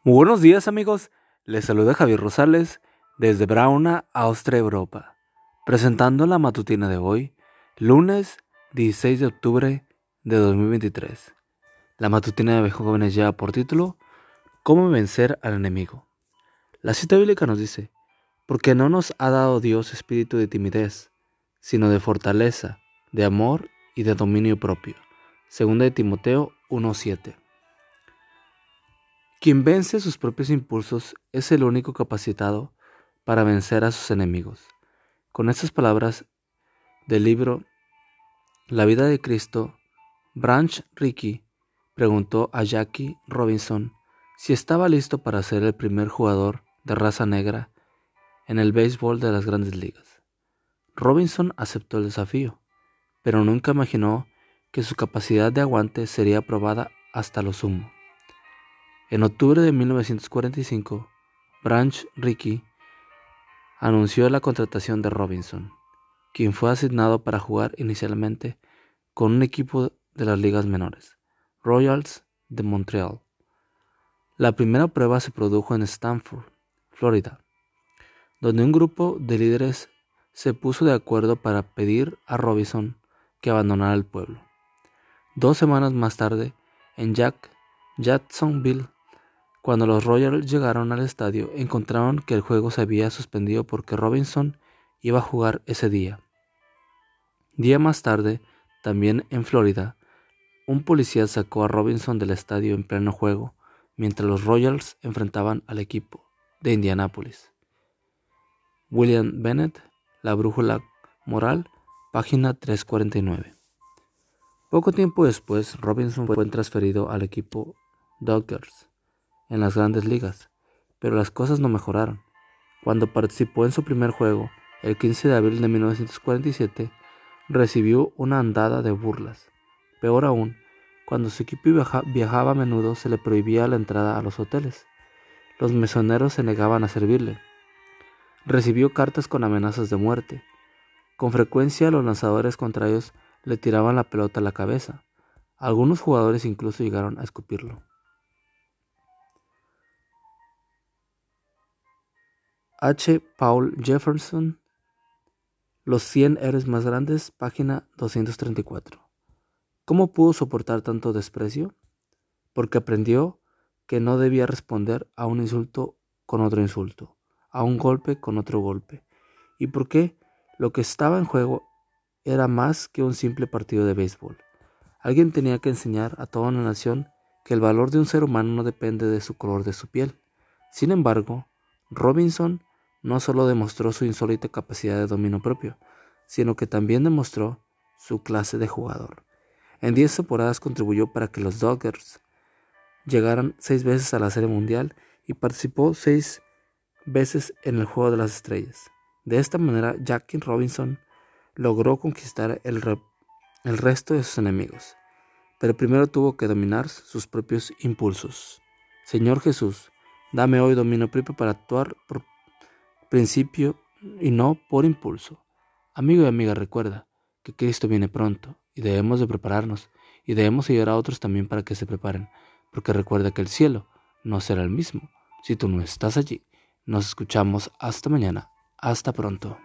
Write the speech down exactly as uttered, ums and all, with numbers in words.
Muy buenos días amigos, les saluda Javier Rosales desde Brauna, Austria, Europa, presentando la matutina de hoy, lunes dieciséis de octubre de dos mil veintitrés. La matutina de jóvenes lleva por título ¿Cómo vencer al enemigo? La cita bíblica nos dice, porque no nos ha dado Dios espíritu de timidez, sino de fortaleza, de amor y de dominio propio. Segunda de Timoteo uno siete. Quien vence sus propios impulsos es el único capacitado para vencer a sus enemigos. Con estas palabras del libro La vida de Cristo, Branch Rickey preguntó a Jackie Robinson si estaba listo para ser el primer jugador de raza negra en el béisbol de las grandes ligas. Robinson aceptó el desafío, pero nunca imaginó que su capacidad de aguante sería probada hasta lo sumo. En octubre de mil novecientos cuarenta y cinco, Branch Rickey anunció la contratación de Robinson, quien fue asignado para jugar inicialmente con un equipo de las ligas menores, Royals de Montreal. La primera prueba se produjo en Stanford, Florida, donde un grupo de líderes se puso de acuerdo para pedir a Robinson que abandonara el pueblo. Dos semanas más tarde, en Jack, Jacksonville, cuando los Royals llegaron al estadio, encontraron que el juego se había suspendido porque Robinson iba a jugar ese día. Día más tarde, también en Florida, un policía sacó a Robinson del estadio en pleno juego, mientras los Royals enfrentaban al equipo de Indianápolis. William Bennett, La brújula moral, página trescientos cuarenta y nueve. Poco tiempo después, Robinson fue transferido al equipo Dodgers en las grandes ligas, pero las cosas no mejoraron. Cuando participó en su primer juego, el quince de abril de mil novecientos cuarenta y siete, recibió una andada de burlas. Peor aún, cuando su equipo viaja, viajaba a menudo se le prohibía la entrada a los hoteles. Los mesoneros se negaban a servirle. Recibió cartas con amenazas de muerte. Con frecuencia los lanzadores contrarios le tiraban la pelota a la cabeza. Algunos jugadores incluso llegaron a escupirlo. H. Paul Jefferson, Los cien héroes más grandes, página doscientos treinta y cuatro. ¿Cómo pudo soportar tanto desprecio? Porque aprendió que no debía responder a un insulto con otro insulto, a un golpe con otro golpe. ¿Y por qué? Lo que estaba en juego era más que un simple partido de béisbol. Alguien tenía que enseñar a toda una nación que el valor de un ser humano no depende de su color de su piel. Sin embargo, Robinson no solo demostró su insólita capacidad de dominio propio, sino que también demostró su clase de jugador. En diez temporadas contribuyó para que los Dodgers llegaran seis veces a la Serie Mundial y participó seis veces en el Juego de las Estrellas. De esta manera, Jackie Robinson logró conquistar el, re el resto de sus enemigos, pero primero tuvo que dominar sus propios impulsos. Señor Jesús, dame hoy dominio propio para actuar por principio y no por impulso. Amigo y amiga, recuerda que Cristo viene pronto y debemos de prepararnos y debemos ayudar a otros también para que se preparen, porque recuerda que el cielo no será el mismo si tú no estás allí. Nos escuchamos hasta mañana. Hasta pronto.